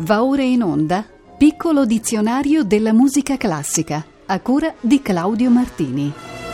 Va ora in onda Piccolo dizionario della musica classica, a cura di Claudio Martini.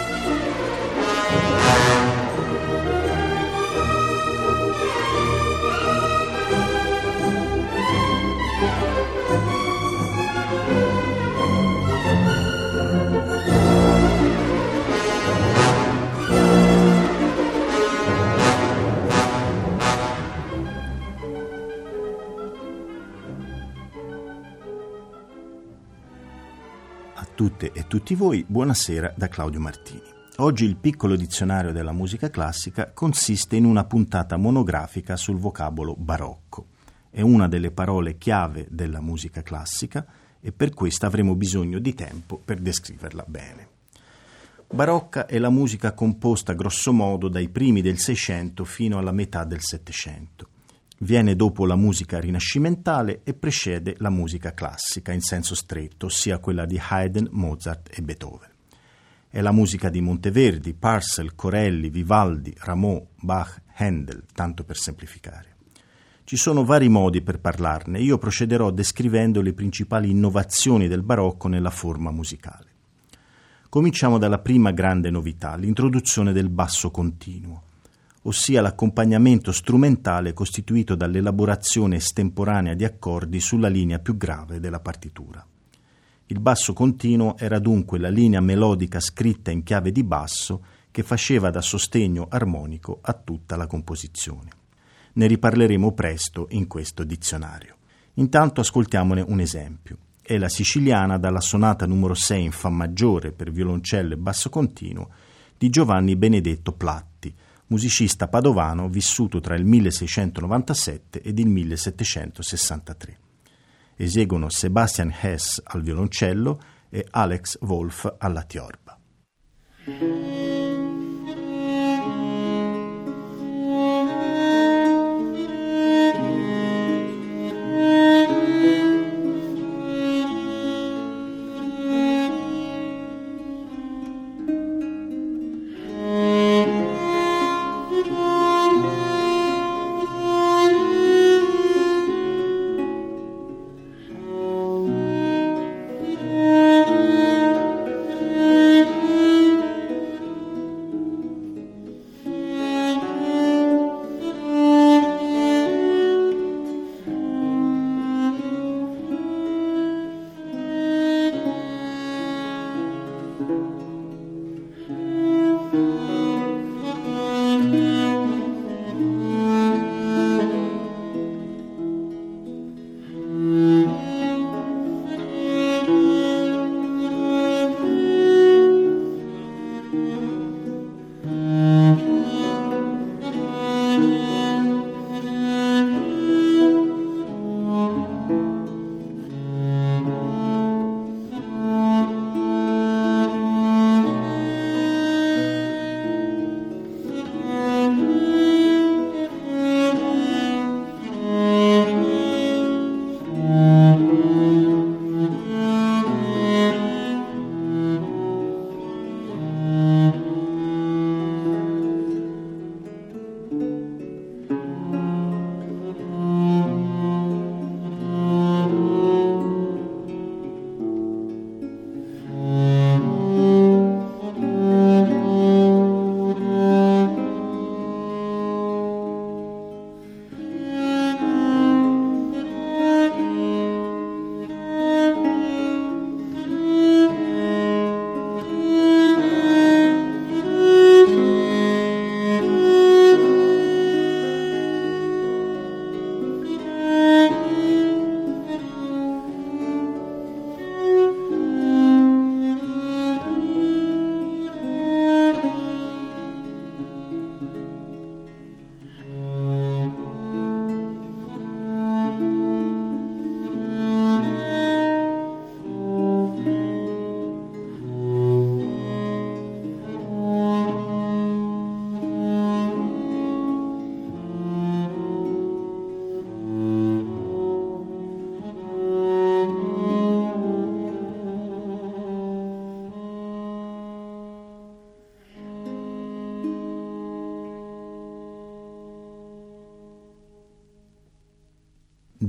A tutte e tutti voi, buonasera da Claudio Martini. Oggi il piccolo dizionario della musica classica consiste in una puntata monografica sul vocabolo barocco. È una delle parole chiave della musica classica e per questo avremo bisogno di tempo per descriverla bene. Barocca è la musica composta grossomodo dai primi del Seicento fino alla metà del Settecento. Viene dopo la musica rinascimentale e precede la musica classica in senso stretto, ossia quella di Haydn, Mozart e Beethoven. È la musica di Monteverdi, Purcell, Corelli, Vivaldi, Rameau, Bach, Handel, tanto per semplificare. Ci sono vari modi per parlarne, io procederò descrivendo le principali innovazioni del barocco nella forma musicale. Cominciamo dalla prima grande novità, l'introduzione del basso continuo, ossia l'accompagnamento strumentale costituito dall'elaborazione estemporanea di accordi sulla linea più grave della partitura. Il basso continuo era dunque la linea melodica scritta in chiave di basso che faceva da sostegno armonico a tutta la composizione. Ne riparleremo presto in questo dizionario. Intanto ascoltiamone un esempio. È la siciliana dalla sonata numero 6 in fa maggiore per violoncello e basso continuo di Giovanni Benedetto Platti, musicista padovano vissuto tra il 1697 ed il 1763. Eseguono Sebastian Hess al violoncello e Alex Wolf alla tiorba.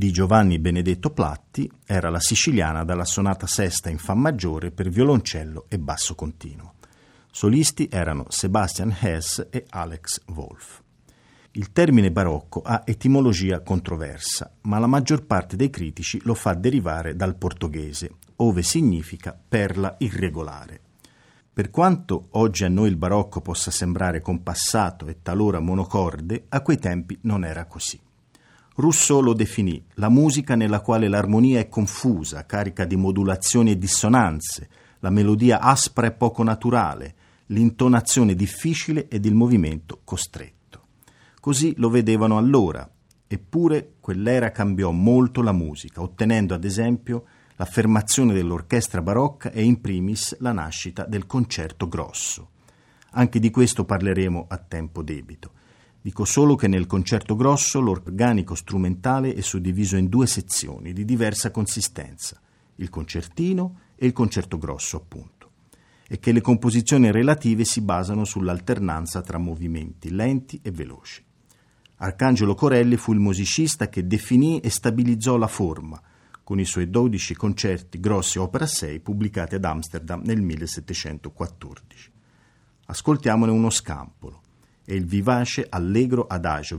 di Giovanni Benedetto Platti era la siciliana dalla sonata sesta in fa maggiore per violoncello e basso continuo. Solisti erano Sebastian Hess e Alex Wolf. Il termine barocco ha etimologia controversa, ma la maggior parte dei critici lo fa derivare dal portoghese, ove significa perla irregolare. Per quanto oggi a noi il barocco possa sembrare compassato e talora monocorde, a quei tempi non era così. Rousseau lo definì la musica nella quale l'armonia è confusa, carica di modulazioni e dissonanze, la melodia aspra e poco naturale, l'intonazione difficile ed il movimento costretto. Così lo vedevano allora, eppure quell'era cambiò molto la musica, ottenendo ad esempio l'affermazione dell'orchestra barocca e in primis la nascita del concerto grosso. Anche di questo parleremo a tempo debito. Dico solo che nel concerto grosso l'organico strumentale è suddiviso in 2 sezioni di diversa consistenza, il concertino e il concerto grosso appunto, e che le composizioni relative si basano sull'alternanza tra movimenti lenti e veloci. Arcangelo Corelli fu il musicista che definì e stabilizzò la forma, con i suoi 12 concerti grossi opera 6 pubblicati ad Amsterdam nel 1714. Ascoltiamone uno scampolo. È il vivace allegro adagio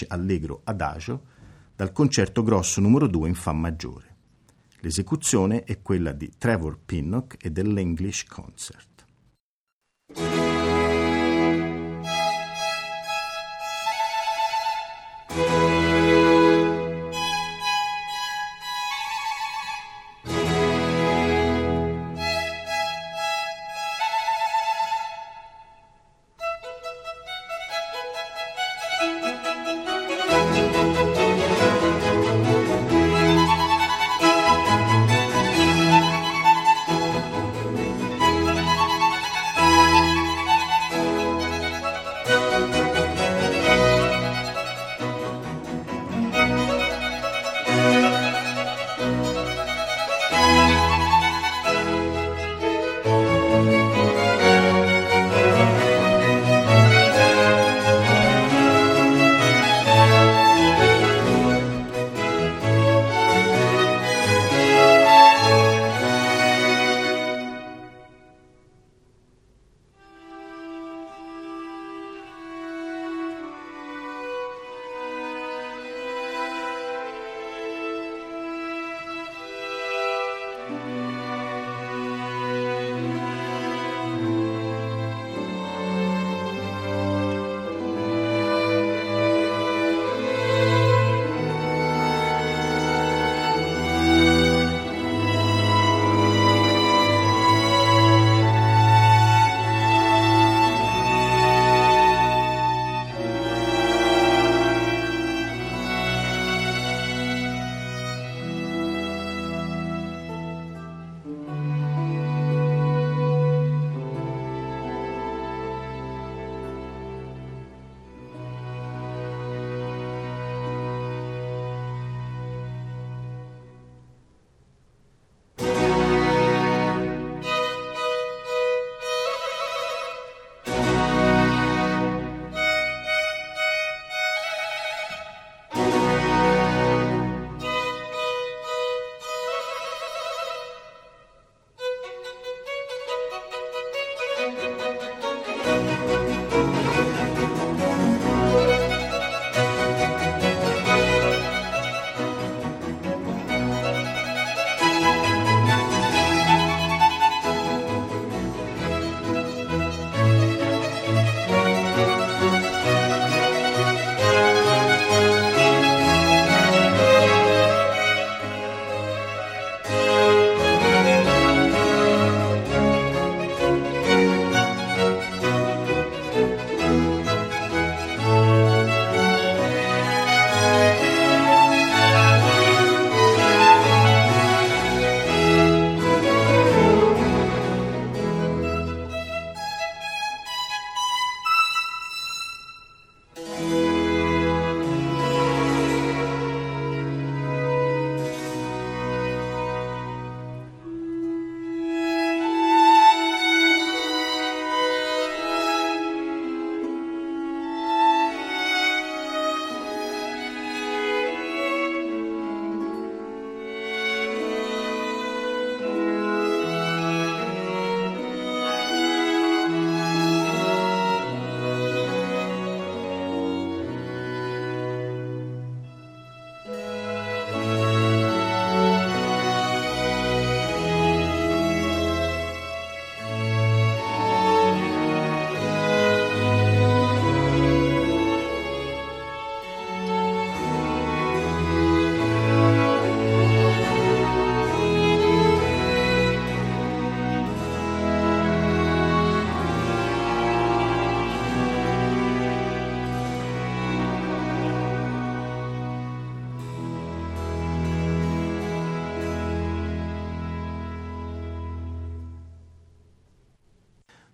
dal concerto grosso numero 2 in fa maggiore. L'esecuzione è quella di Trevor Pinnock e dell'English Concert.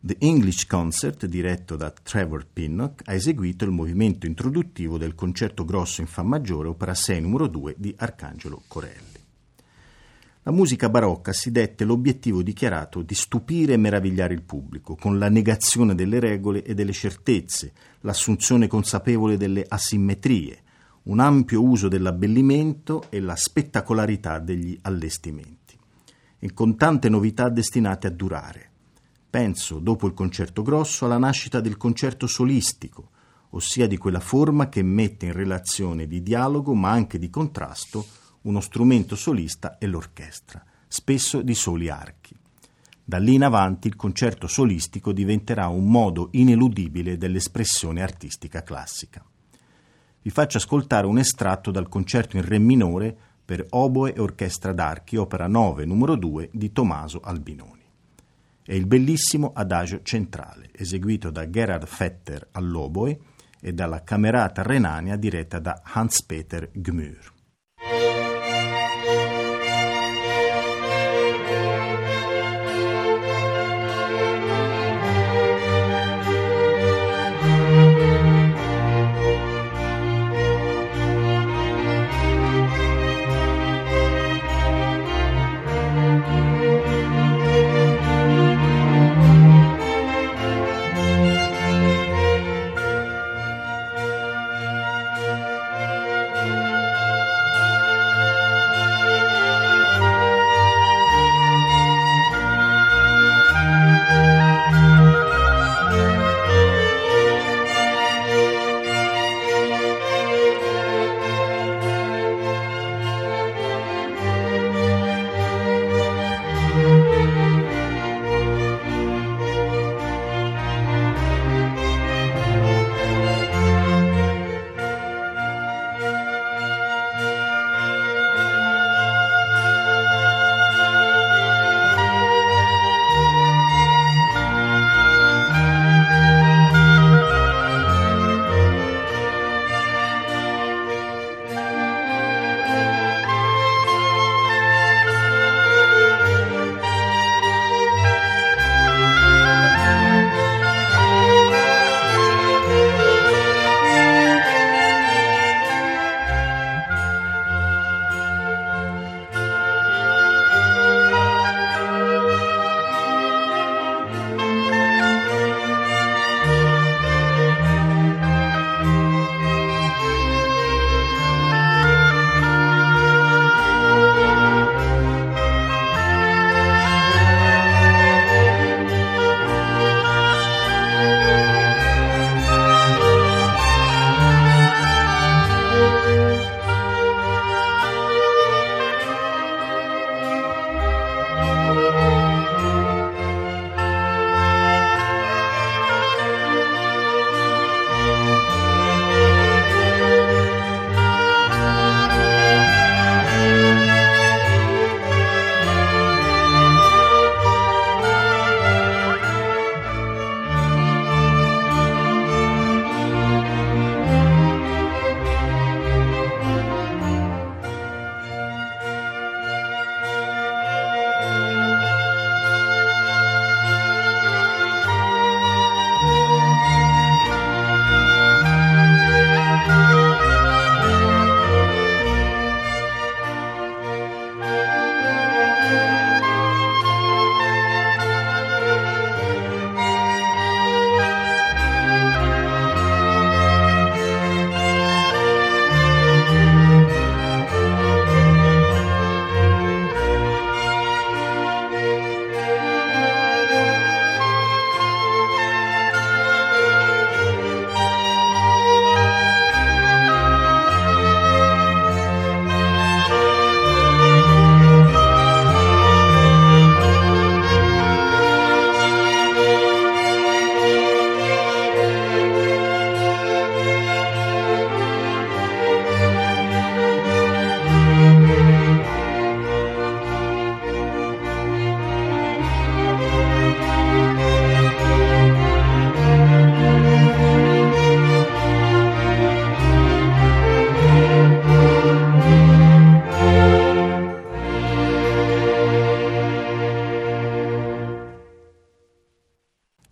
The English Concert, diretto da Trevor Pinnock, ha eseguito il movimento introduttivo del concerto grosso in fa maggiore, opera 6 numero 2 di Arcangelo Corelli. La musica barocca si dette l'obiettivo dichiarato di stupire e meravigliare il pubblico, con la negazione delle regole e delle certezze, l'assunzione consapevole delle asimmetrie, un ampio uso dell'abbellimento e la spettacolarità degli allestimenti, e con tante novità destinate a durare. Penso, dopo il concerto grosso, alla nascita del concerto solistico, ossia di quella forma che mette in relazione di dialogo ma anche di contrasto uno strumento solista e l'orchestra, spesso di soli archi. Da lì in avanti il concerto solistico diventerà un modo ineludibile dell'espressione artistica classica. Vi faccio ascoltare un estratto dal concerto in re minore per oboe e orchestra d'archi, opera 9 numero 2 di Tommaso Albinoni. È il bellissimo Adagio centrale, eseguito da Gerhard Vetter all'oboe e dalla Camerata Renania diretta da Hans-Peter Gmür.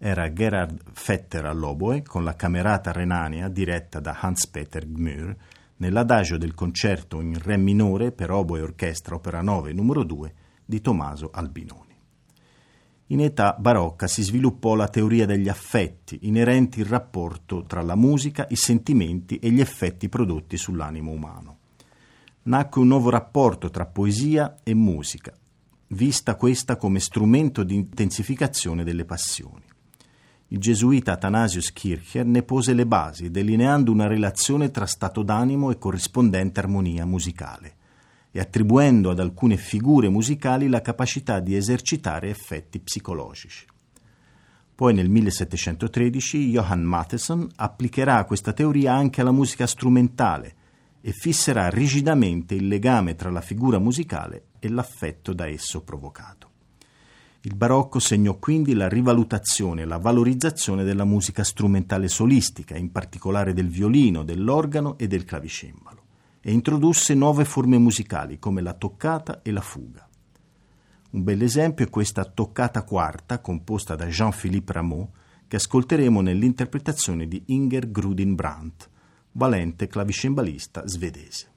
era Gerhard Vetter all'oboe con la Camerata Renania diretta da Hans-Peter Gmür nell'adagio del concerto in re minore per oboe e orchestra opera 9 numero 2 di Tommaso Albinoni. In età barocca si sviluppò la teoria degli affetti, inerenti il rapporto tra la musica, i sentimenti e gli effetti prodotti sull'animo umano. Nacque un nuovo rapporto tra poesia e musica, vista questa come strumento di intensificazione delle passioni. Il gesuita Athanasius Kircher ne pose le basi, delineando una relazione tra stato d'animo e corrispondente armonia musicale, e attribuendo ad alcune figure musicali la capacità di esercitare effetti psicologici. Poi nel 1713 Johann Mattheson applicherà questa teoria anche alla musica strumentale e fisserà rigidamente il legame tra la figura musicale e l'affetto da esso provocato. Il barocco segnò quindi la rivalutazione e la valorizzazione della musica strumentale solistica, in particolare del violino, dell'organo e del clavicembalo, e introdusse nuove forme musicali come la toccata e la fuga. Un bell'esempio è questa toccata quarta composta da Jean-Philippe Rameau che ascolteremo nell'interpretazione di Inger Grudin Brandt, valente clavicembalista svedese.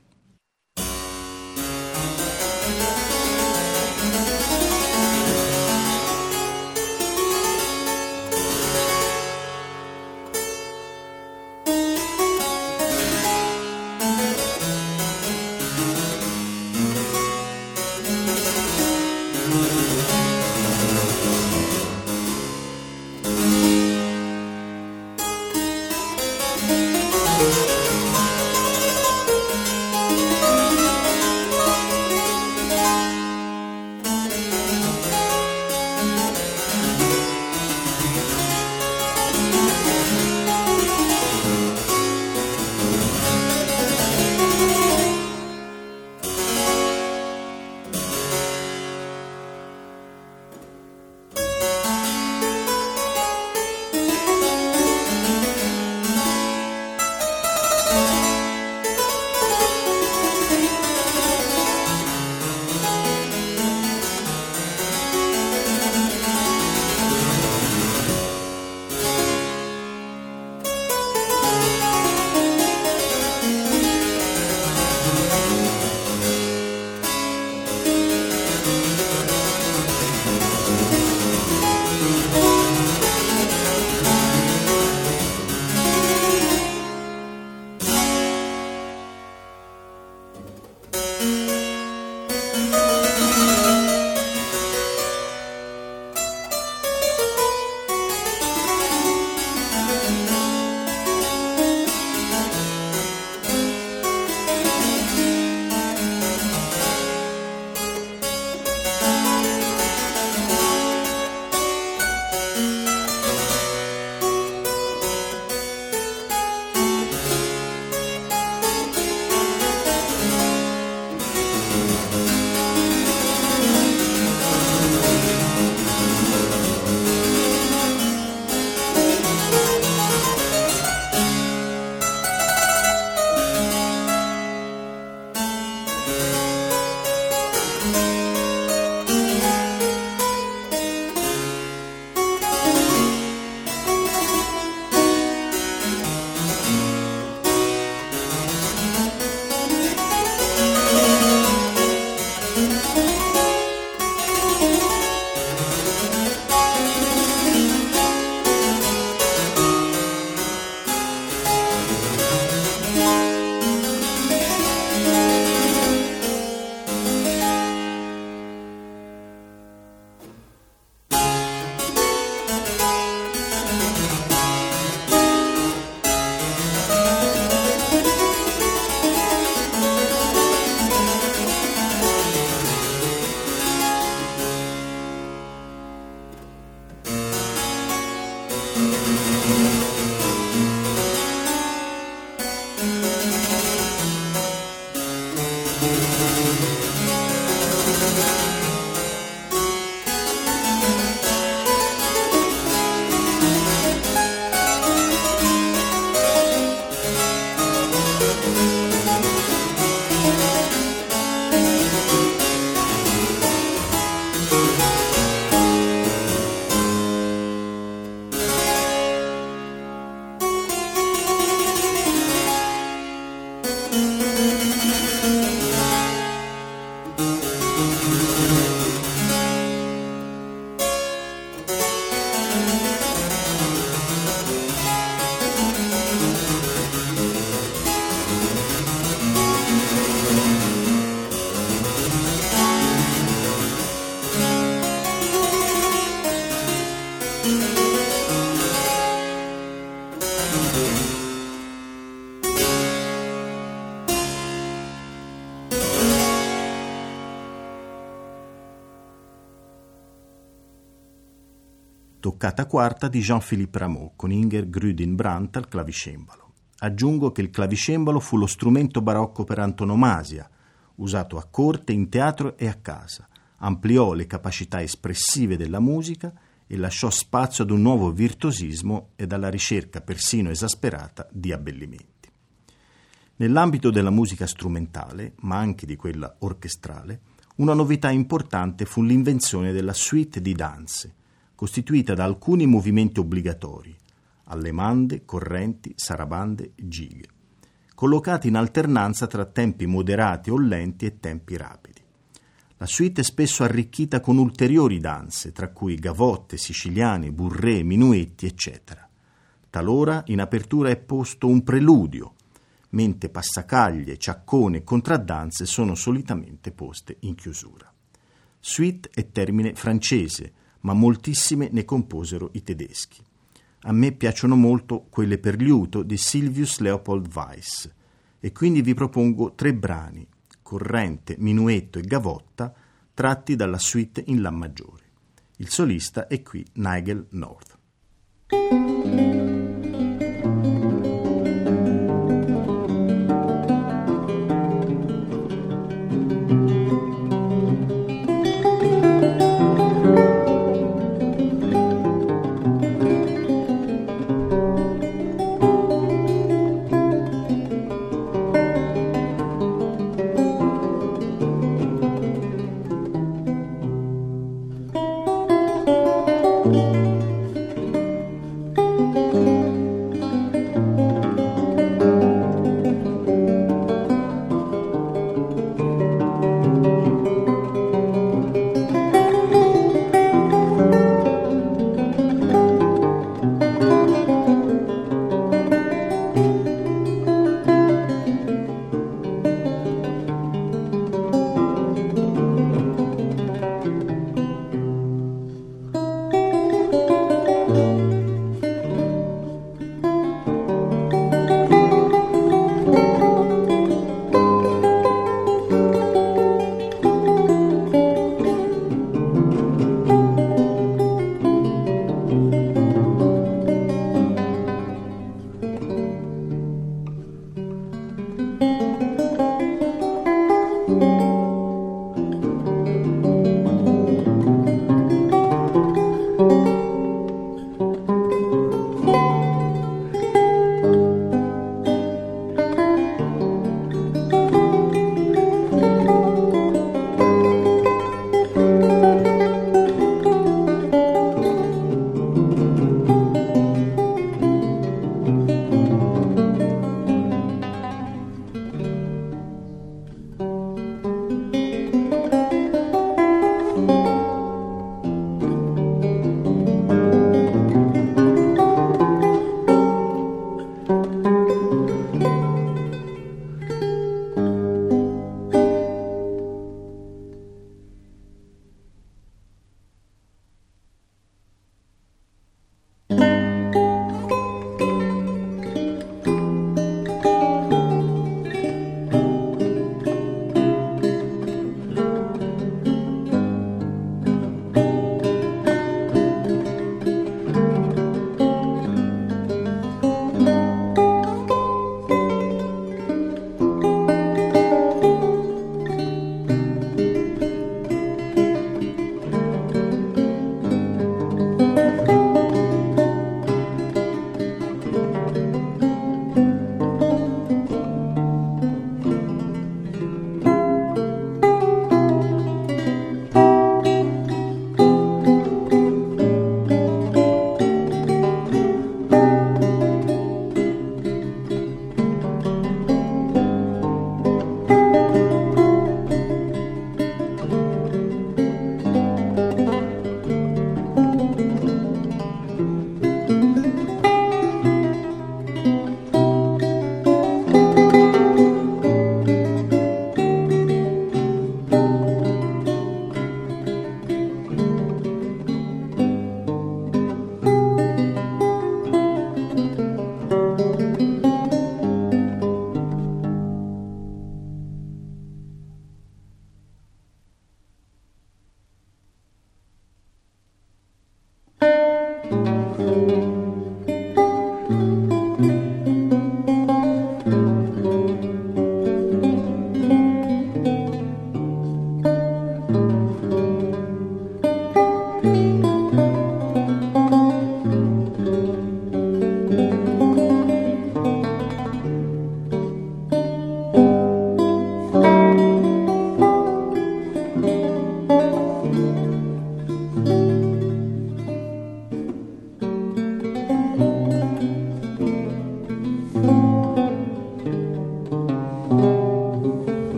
Toccata quarta di Jean-Philippe Rameau con Inger Grüdin-Brandt al clavicembalo. Aggiungo che il clavicembalo fu lo strumento barocco per antonomasia, usato a corte, in teatro e a casa. Ampliò le capacità espressive della musica e lasciò spazio ad un nuovo virtuosismo ed alla ricerca persino esasperata di abbellimenti. Nell'ambito della musica strumentale, ma anche di quella orchestrale, una novità importante fu l'invenzione della suite di danze, costituita da alcuni movimenti obbligatori, allemande, correnti, sarabande, gighe, collocati in alternanza tra tempi moderati o lenti e tempi rapidi. La suite è spesso arricchita con ulteriori danze, tra cui gavotte, siciliane, burré, minuetti, eccetera. Talora in apertura è posto un preludio, mentre passacaglie, ciaccone e contraddanze sono solitamente poste in chiusura. Suite è termine francese, ma moltissime ne composero i tedeschi. A me piacciono molto quelle per liuto di Silvius Leopold Weiss e quindi vi propongo 3 brani, corrente, minuetto e gavotta, tratti dalla suite in La maggiore. Il solista è qui Nigel North.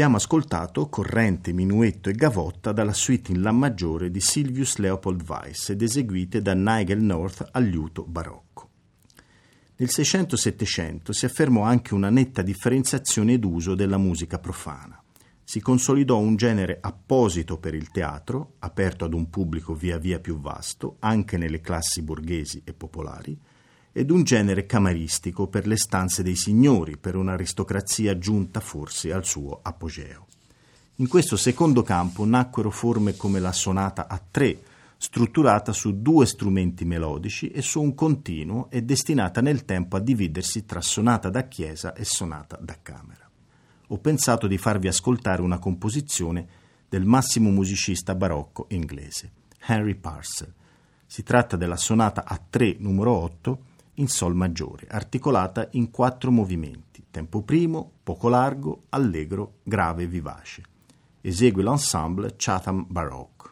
Abbiamo ascoltato corrente, minuetto e gavotta dalla suite in La maggiore di Sylvius Leopold Weiss ed eseguite da Nigel North al liuto barocco. Nel 600-700 si affermò anche una netta differenziazione d'uso della musica profana. Si consolidò un genere apposito per il teatro, aperto ad un pubblico via via più vasto, anche nelle classi borghesi e popolari, ed un genere camaristico per le stanze dei signori, per un'aristocrazia giunta forse al suo apogeo. In questo secondo campo nacquero forme come la sonata a tre, strutturata su 2 strumenti melodici e su un continuo e destinata nel tempo a dividersi tra sonata da chiesa e sonata da camera. Ho pensato di farvi ascoltare una composizione del massimo musicista barocco inglese, Henry Purcell. Si tratta della sonata a tre numero 8 in sol maggiore, articolata in 4 movimenti, tempo primo, poco largo, allegro, grave e vivace. Esegue l'ensemble Chatham Baroque.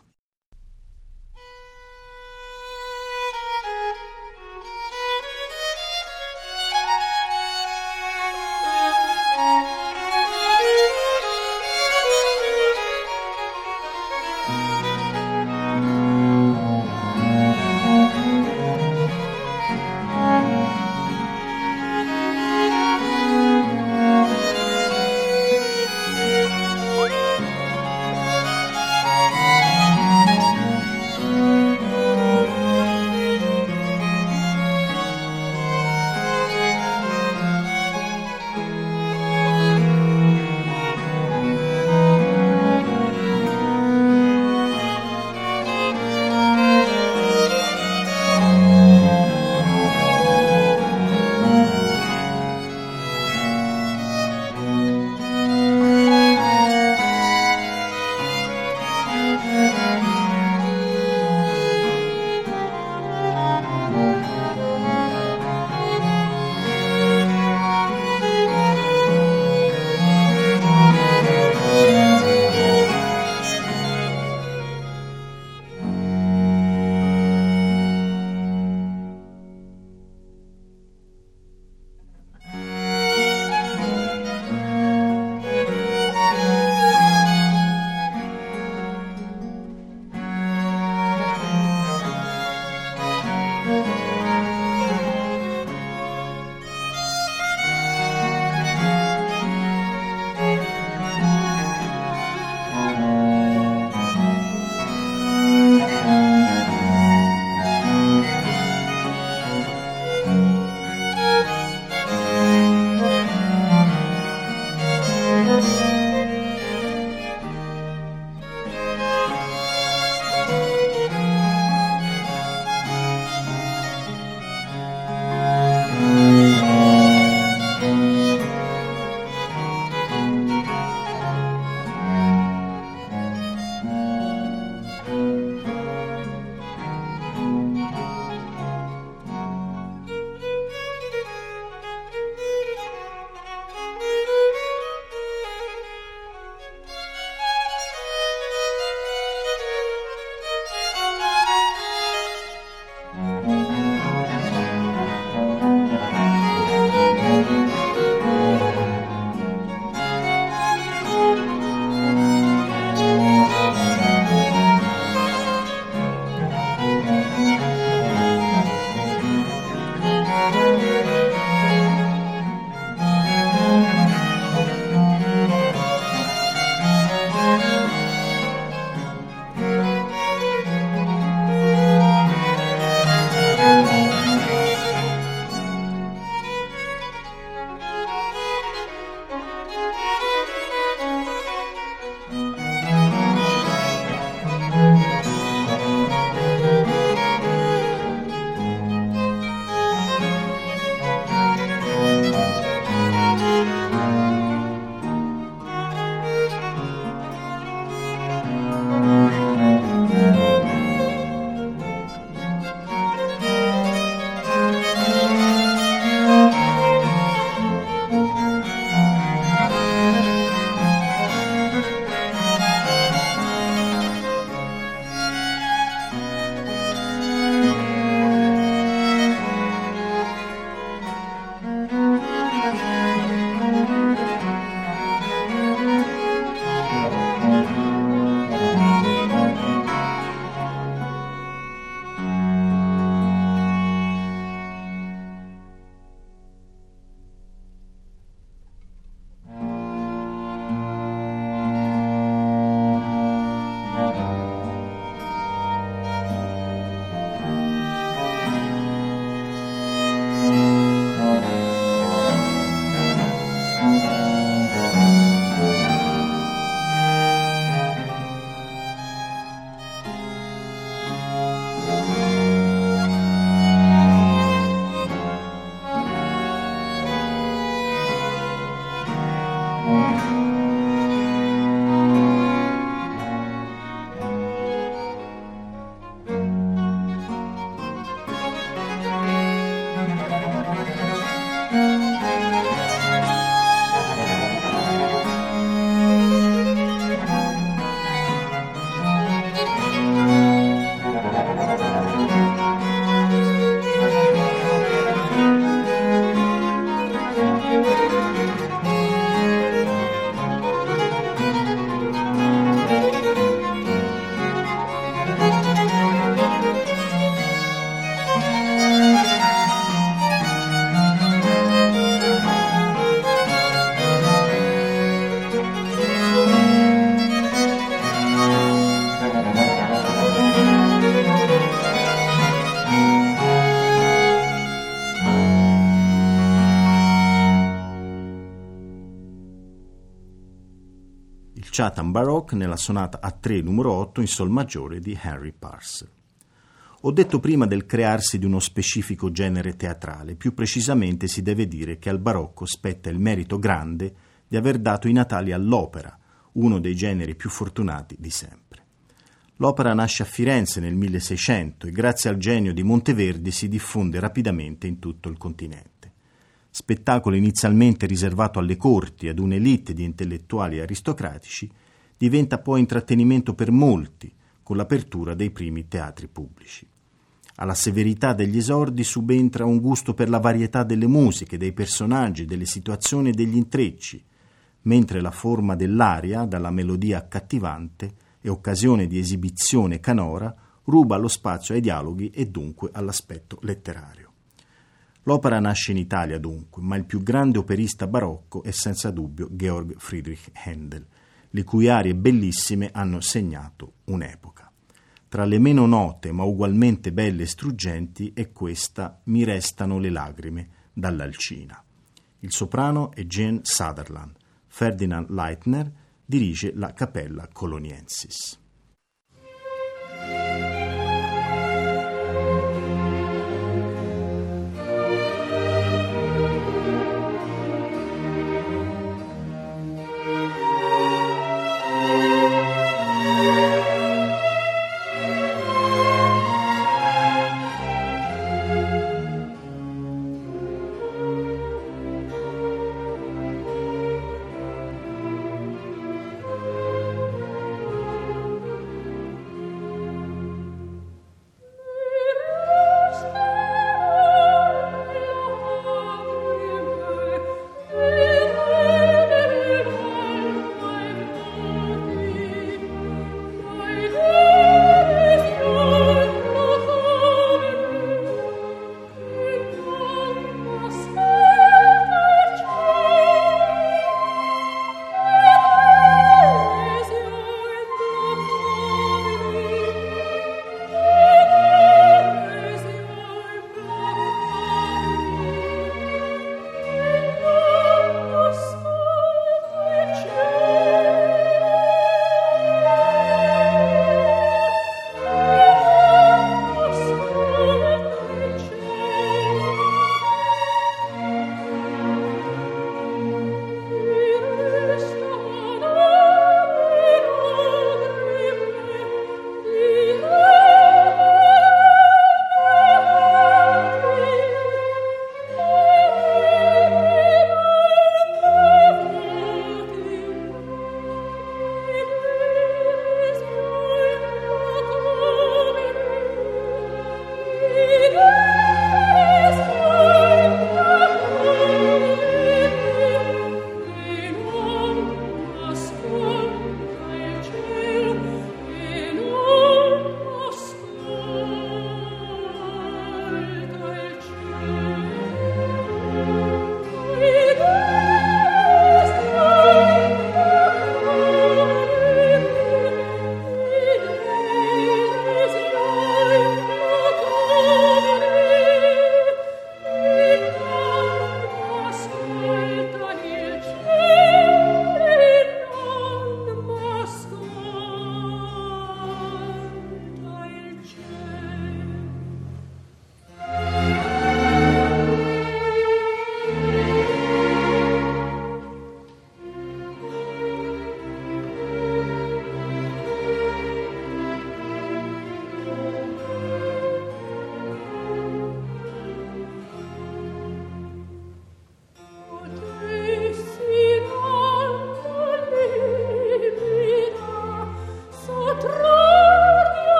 Chatham Baroque nella sonata A3 numero 8 in sol maggiore di Henry Purcell. Ho detto prima del crearsi di uno specifico genere teatrale, più precisamente si deve dire che al barocco spetta il merito grande di aver dato i natali all'opera, uno dei generi più fortunati di sempre. L'opera nasce a Firenze nel 1600 e grazie al genio di Monteverdi si diffonde rapidamente in tutto il continente. Spettacolo inizialmente riservato alle corti e ad un'elite di intellettuali e aristocratici, diventa poi intrattenimento per molti, con l'apertura dei primi teatri pubblici. Alla severità degli esordi subentra un gusto per la varietà delle musiche, dei personaggi, delle situazioni e degli intrecci, mentre la forma dell'aria, dalla melodia accattivante e occasione di esibizione canora, ruba lo spazio ai dialoghi e dunque all'aspetto letterario. L'opera nasce in Italia dunque, ma il più grande operista barocco è senza dubbio Georg Friedrich Händel, le cui arie bellissime hanno segnato un'epoca. Tra le meno note ma ugualmente belle e struggenti è questa Mi restano le lagrime dall'Alcina. Il soprano è Jean Sutherland. Ferdinand Leitner dirige la Cappella Coloniensis.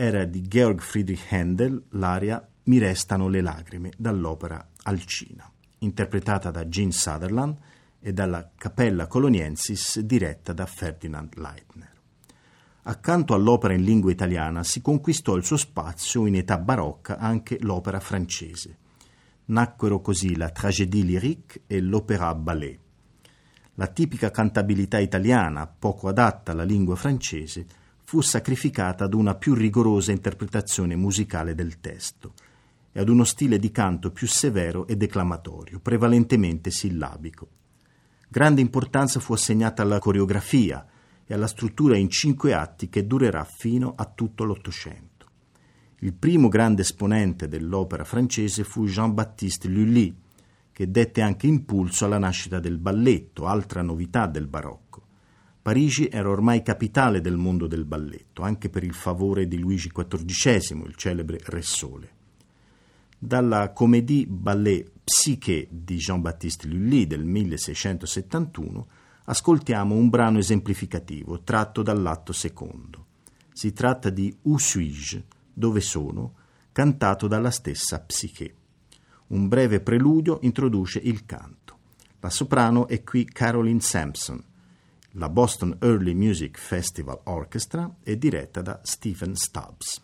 era di Georg Friedrich Händel, l'aria Mi restano le lacrime, dall'opera Alcina, interpretata da Gene Sutherland e dalla Cappella Coloniensis diretta da Ferdinand Leitner. Accanto all'opera in lingua italiana si conquistò il suo spazio in età barocca anche l'opera francese. Nacquero così la tragédie lyrique e l'opéra ballet. La tipica cantabilità italiana, poco adatta alla lingua francese, fu sacrificata ad una più rigorosa interpretazione musicale del testo e ad uno stile di canto più severo e declamatorio, prevalentemente sillabico. Grande importanza fu assegnata alla coreografia e alla struttura in 5 atti che durerà fino a tutto l'Ottocento. Il primo grande esponente dell'opera francese fu Jean-Baptiste Lully, che dette anche impulso alla nascita del balletto, altra novità del barocco. Parigi era ormai capitale del mondo del balletto, anche per il favore di Luigi XIV, il celebre Re Sole. Dalla comédie ballet Psyché di Jean-Baptiste Lully del 1671 ascoltiamo un brano esemplificativo tratto dall'atto secondo. Si tratta di Où suis-je, dove sono, cantato dalla stessa Psyché. Un breve preludio introduce il canto. La soprano è qui Caroline Sampson. La Boston Early Music Festival Orchestra è diretta da Stephen Stubbs.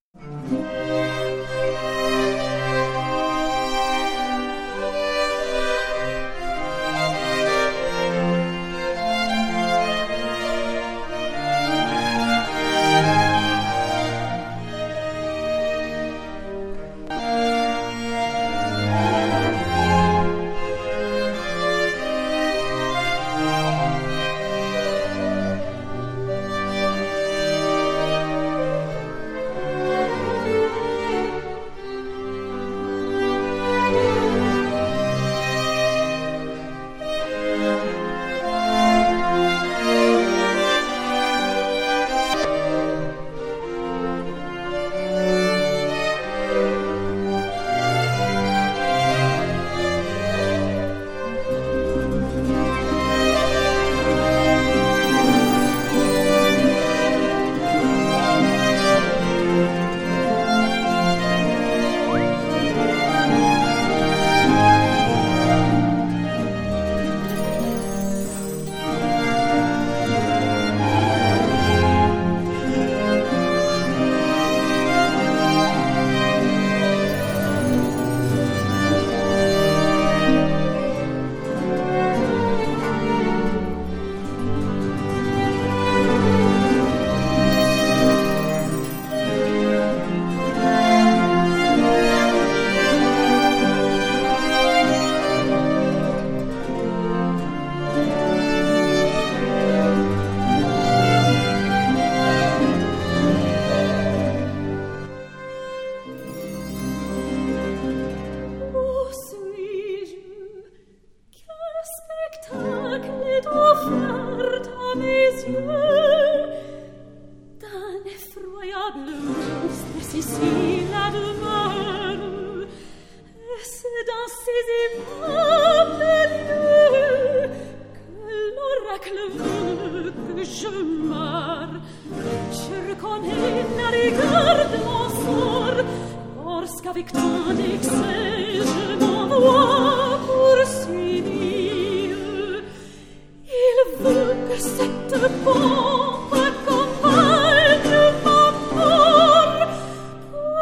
Avec tant d'excès, je m'envoie poursuivre. Il veut que cette pompe accompagne ma mort.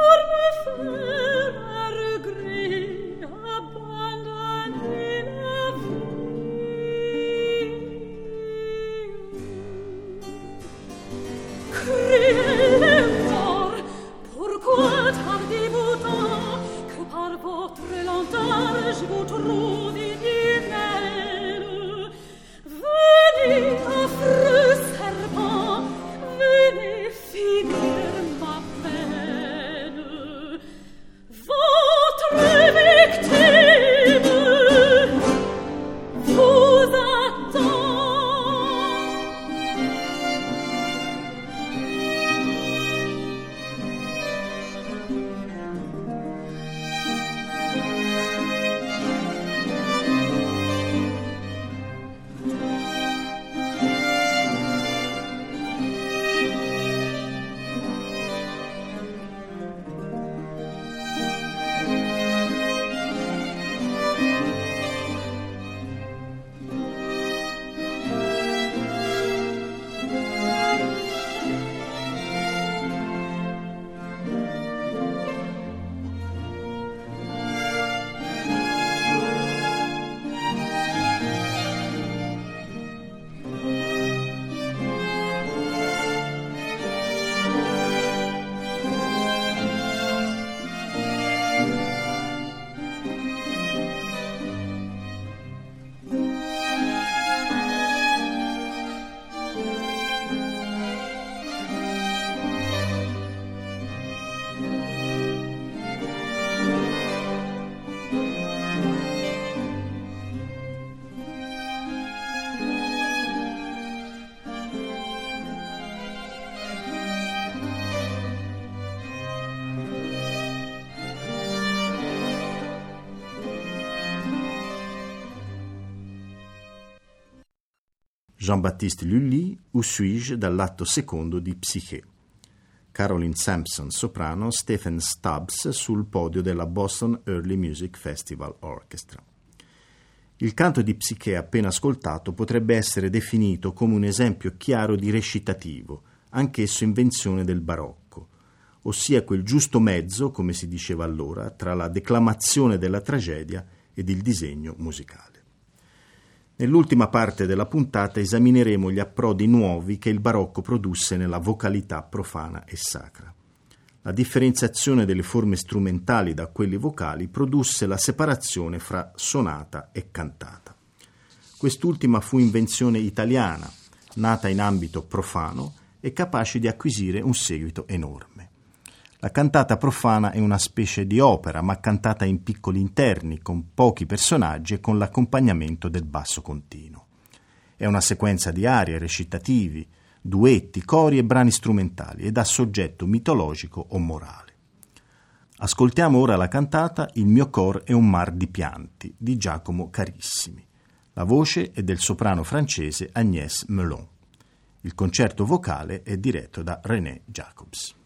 Jean-Baptiste Lully, Où suis-je, dall'atto secondo di Psyché. Caroline Sampson, soprano, Stephen Stubbs sul podio della Boston Early Music Festival Orchestra. Il canto di Psyché appena ascoltato potrebbe essere definito come un esempio chiaro di recitativo, anch'esso invenzione del barocco, ossia quel giusto mezzo, come si diceva allora, tra la declamazione della tragedia ed il disegno musicale. Nell'ultima parte della puntata esamineremo gli approdi nuovi che il barocco produsse nella vocalità profana e sacra. La differenziazione delle forme strumentali da quelle vocali produsse la separazione fra sonata e cantata. Quest'ultima fu invenzione italiana, nata in ambito profano e capace di acquisire un seguito enorme. La cantata profana è una specie di opera, ma cantata in piccoli interni, con pochi personaggi e con l'accompagnamento del basso continuo. È una sequenza di arie, recitativi, duetti, cori e brani strumentali ed ha soggetto mitologico o morale. Ascoltiamo ora la cantata Il mio cor è un mar di pianti di Giacomo Carissimi. La voce è del soprano francese Agnès Melon. Il concerto vocale è diretto da René Jacobs.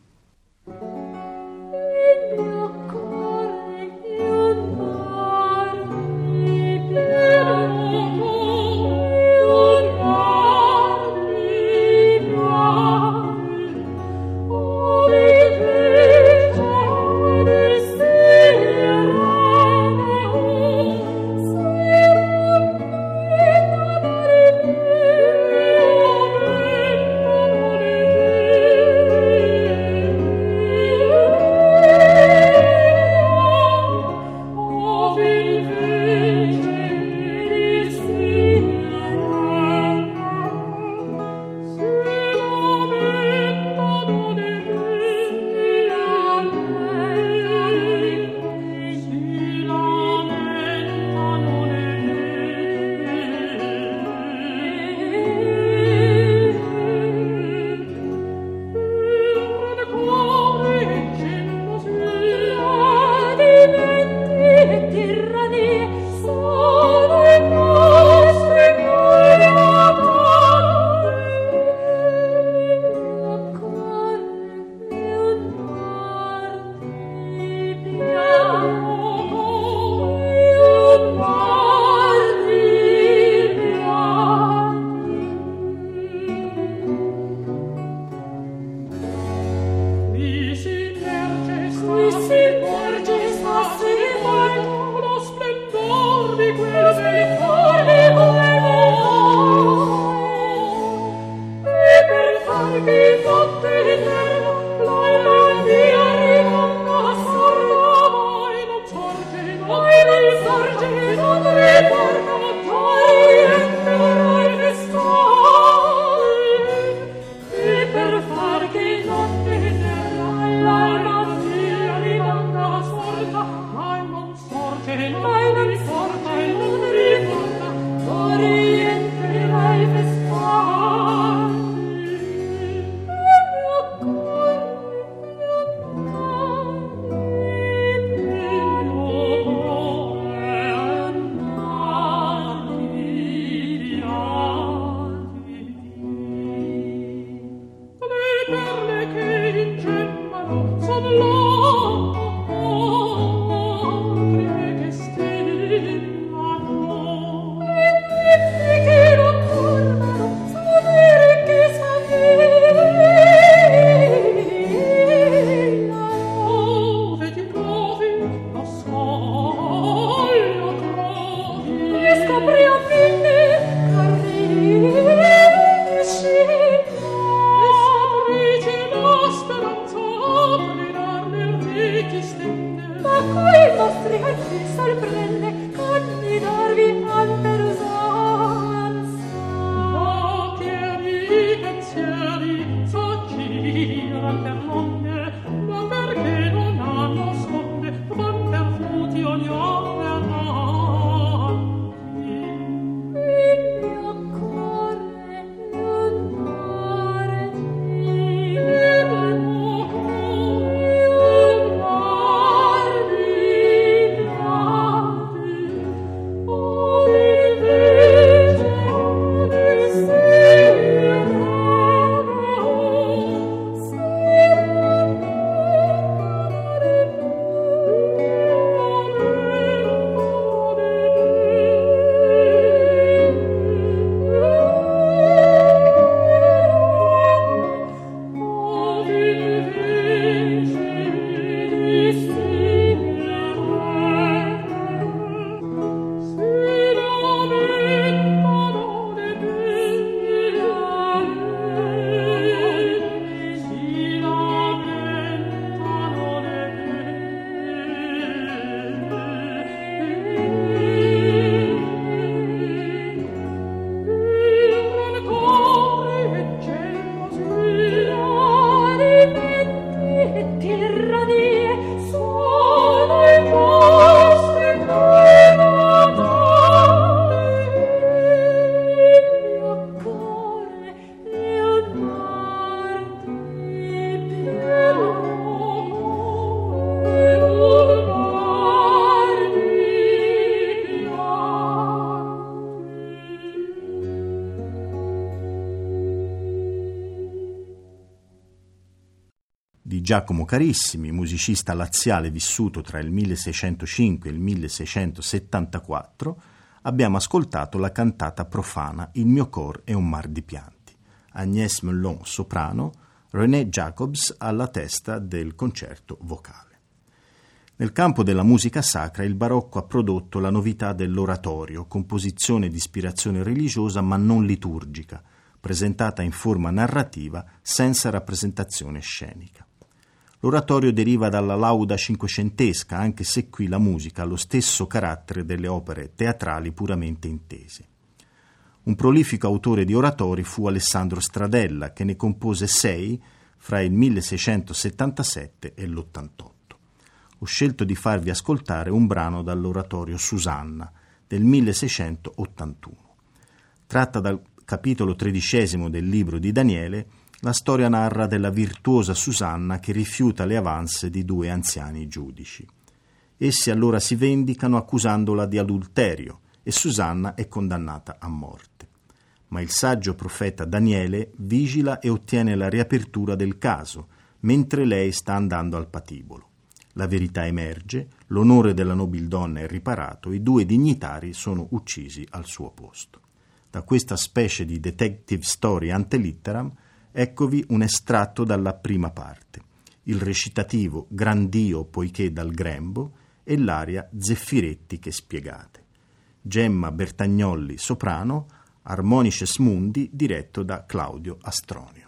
di Giacomo Carissimi, musicista laziale vissuto tra il 1605 e il 1674, abbiamo ascoltato la cantata profana Il mio cor è un mar di pianti. Agnès Mellon, soprano, René Jacobs alla testa del concerto vocale. Nel campo della musica sacra il barocco ha prodotto la novità dell'oratorio, composizione di ispirazione religiosa ma non liturgica, presentata in forma narrativa senza rappresentazione scenica. L'oratorio deriva dalla lauda cinquecentesca, anche se qui la musica ha lo stesso carattere delle opere teatrali puramente intese. Un prolifico autore di oratori fu Alessandro Stradella, che ne compose 6 fra il 1677 e l'88. Ho scelto di farvi ascoltare un brano dall'oratorio Susanna del 1681. Tratta dal capitolo 13 del libro di Daniele, la storia narra della virtuosa Susanna che rifiuta le avanze di 2 anziani giudici. Essi allora si vendicano accusandola di adulterio e Susanna è condannata a morte. Ma il saggio profeta Daniele vigila e ottiene la riapertura del caso, mentre lei sta andando al patibolo. La verità emerge, l'onore della nobildonna è riparato, i 2 dignitari sono uccisi al suo posto. Da questa specie di detective story ante litteram, eccovi un estratto dalla prima parte, il recitativo Gran Dio poiché dal grembo e l'aria Zeffiretti che spiegate. Gemma Bertagnolli, soprano, Harmonices Mundi, diretto da Claudio Astronio.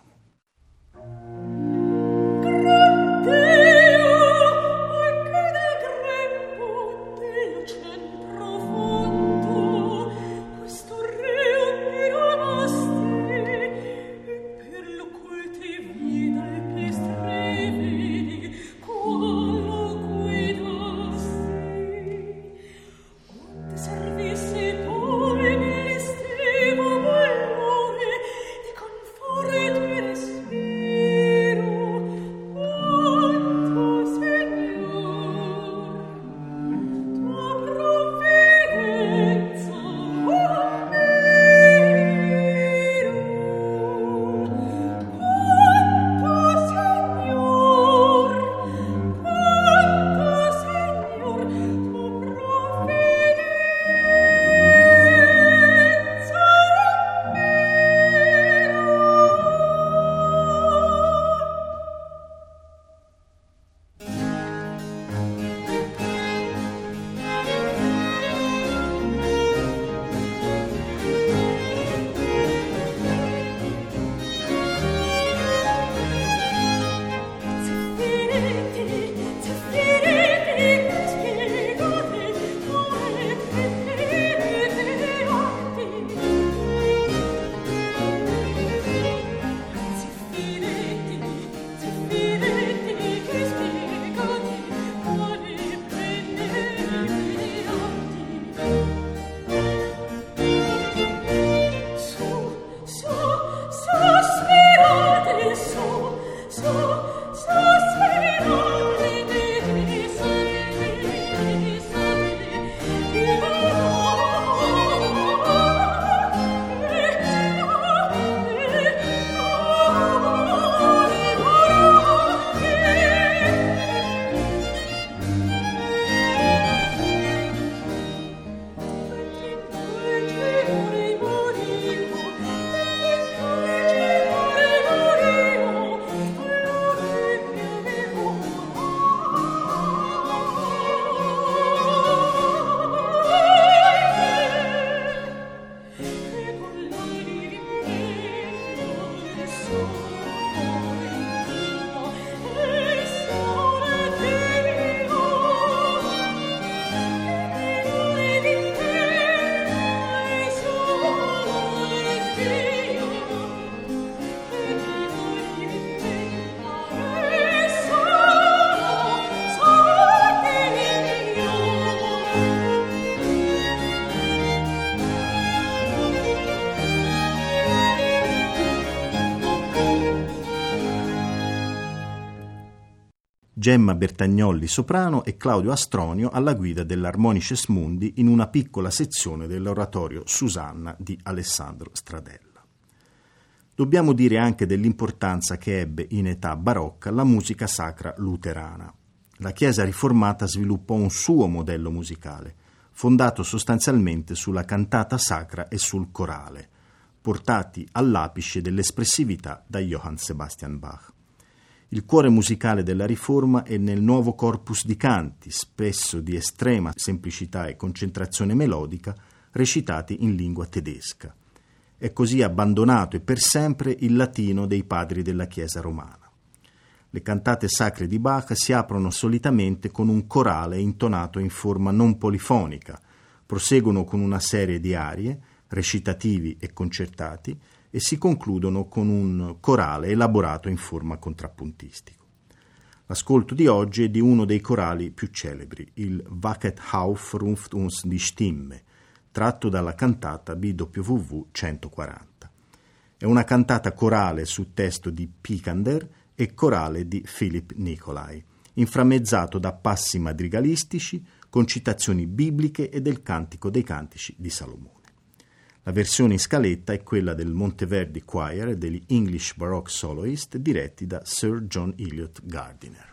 Gemma Bertagnolli soprano e Claudio Astronio alla guida dell'Harmonices Mundi in una piccola sezione dell'oratorio Susanna di Alessandro Stradella. dobbiamo dire anche dell'importanza che ebbe in età barocca la musica sacra luterana. La Chiesa riformata sviluppò un suo modello musicale, fondato sostanzialmente sulla cantata sacra e sul corale, portati all'apice dell'espressività da Johann Sebastian Bach. Il cuore musicale della Riforma è nel nuovo corpus di canti, spesso di estrema semplicità e concentrazione melodica, recitati in lingua tedesca. È così abbandonato e per sempre il latino dei padri della Chiesa romana. Le cantate sacre di Bach si aprono solitamente con un corale intonato in forma non polifonica, proseguono con una serie di arie, recitativi e concertati, e si concludono con un corale elaborato in forma contrappuntistica. L'ascolto di oggi è di uno dei corali più celebri, il Wachet auf ruft uns die Stimme, tratto dalla cantata BWV 140. È una cantata corale su testo di Picander e corale di Philipp Nicolai, inframmezzato da passi madrigalistici con citazioni bibliche e del Cantico dei Cantici di Salomone. La versione in scaletta è quella del Monteverdi Choir e degli English Baroque Soloist diretti da Sir John Eliot Gardiner.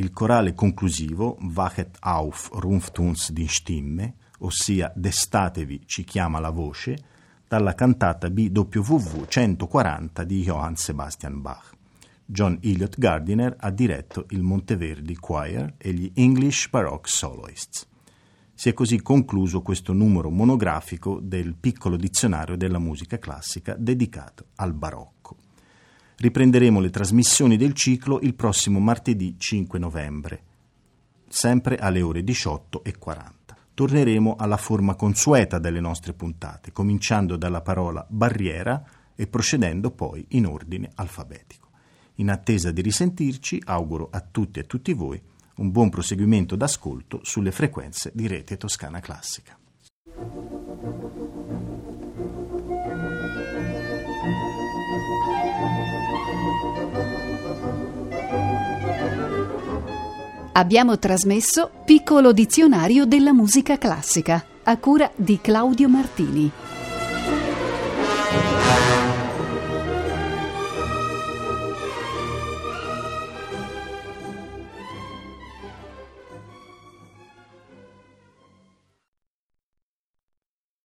il corale conclusivo Wachet auf, ruft uns die Stimme, ossia Destatevi, ci chiama la voce, dalla cantata BWV 140 di Johann Sebastian Bach. John Elliott Gardiner ha diretto il Monteverdi Choir e gli English Baroque Soloists. Si è così concluso questo numero monografico del piccolo dizionario della musica classica dedicato al barocco. Riprenderemo le trasmissioni del ciclo il prossimo martedì 5 novembre, sempre alle ore 18:40. Torneremo alla forma consueta delle nostre puntate, cominciando dalla parola barriera e procedendo poi in ordine alfabetico. In attesa di risentirci, auguro a tutti e a tutti voi un buon proseguimento d'ascolto sulle frequenze di Rete Toscana Classica. Abbiamo trasmesso Piccolo dizionario della musica classica, a cura di Claudio Martini.